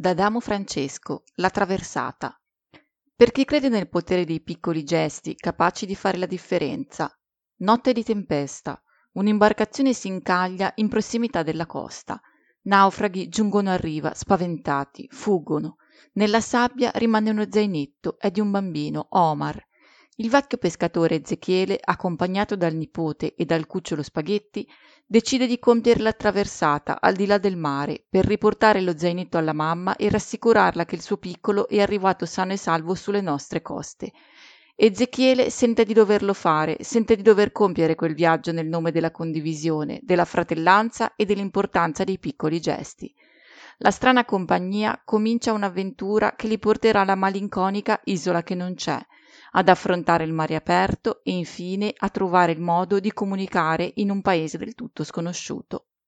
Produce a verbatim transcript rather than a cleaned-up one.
Da Adamo Francesco, La traversata. Per chi crede nel potere dei piccoli gesti capaci di fare la differenza. Notte di tempesta. Un'imbarcazione si incaglia in prossimità della costa. Naufraghi giungono a riva, spaventati, fuggono. Nella sabbia rimane uno zainetto, è di un bambino, Omar. Il vecchio pescatore Ezechiele, accompagnato dal nipote e dal cucciolo Spaghetti, decide di compiere la traversata al di là del mare per riportare lo zainetto alla mamma e rassicurarla che il suo piccolo è arrivato sano e salvo sulle nostre coste. Ezechiele sente di doverlo fare, sente di dover compiere quel viaggio nel nome della condivisione, della fratellanza e dell'importanza dei piccoli gesti. La strana compagnia comincia un'avventura che li porterà alla malinconica isola che non c'è, ad affrontare il mare aperto e infine a trovare il modo di comunicare in un paese del tutto sconosciuto.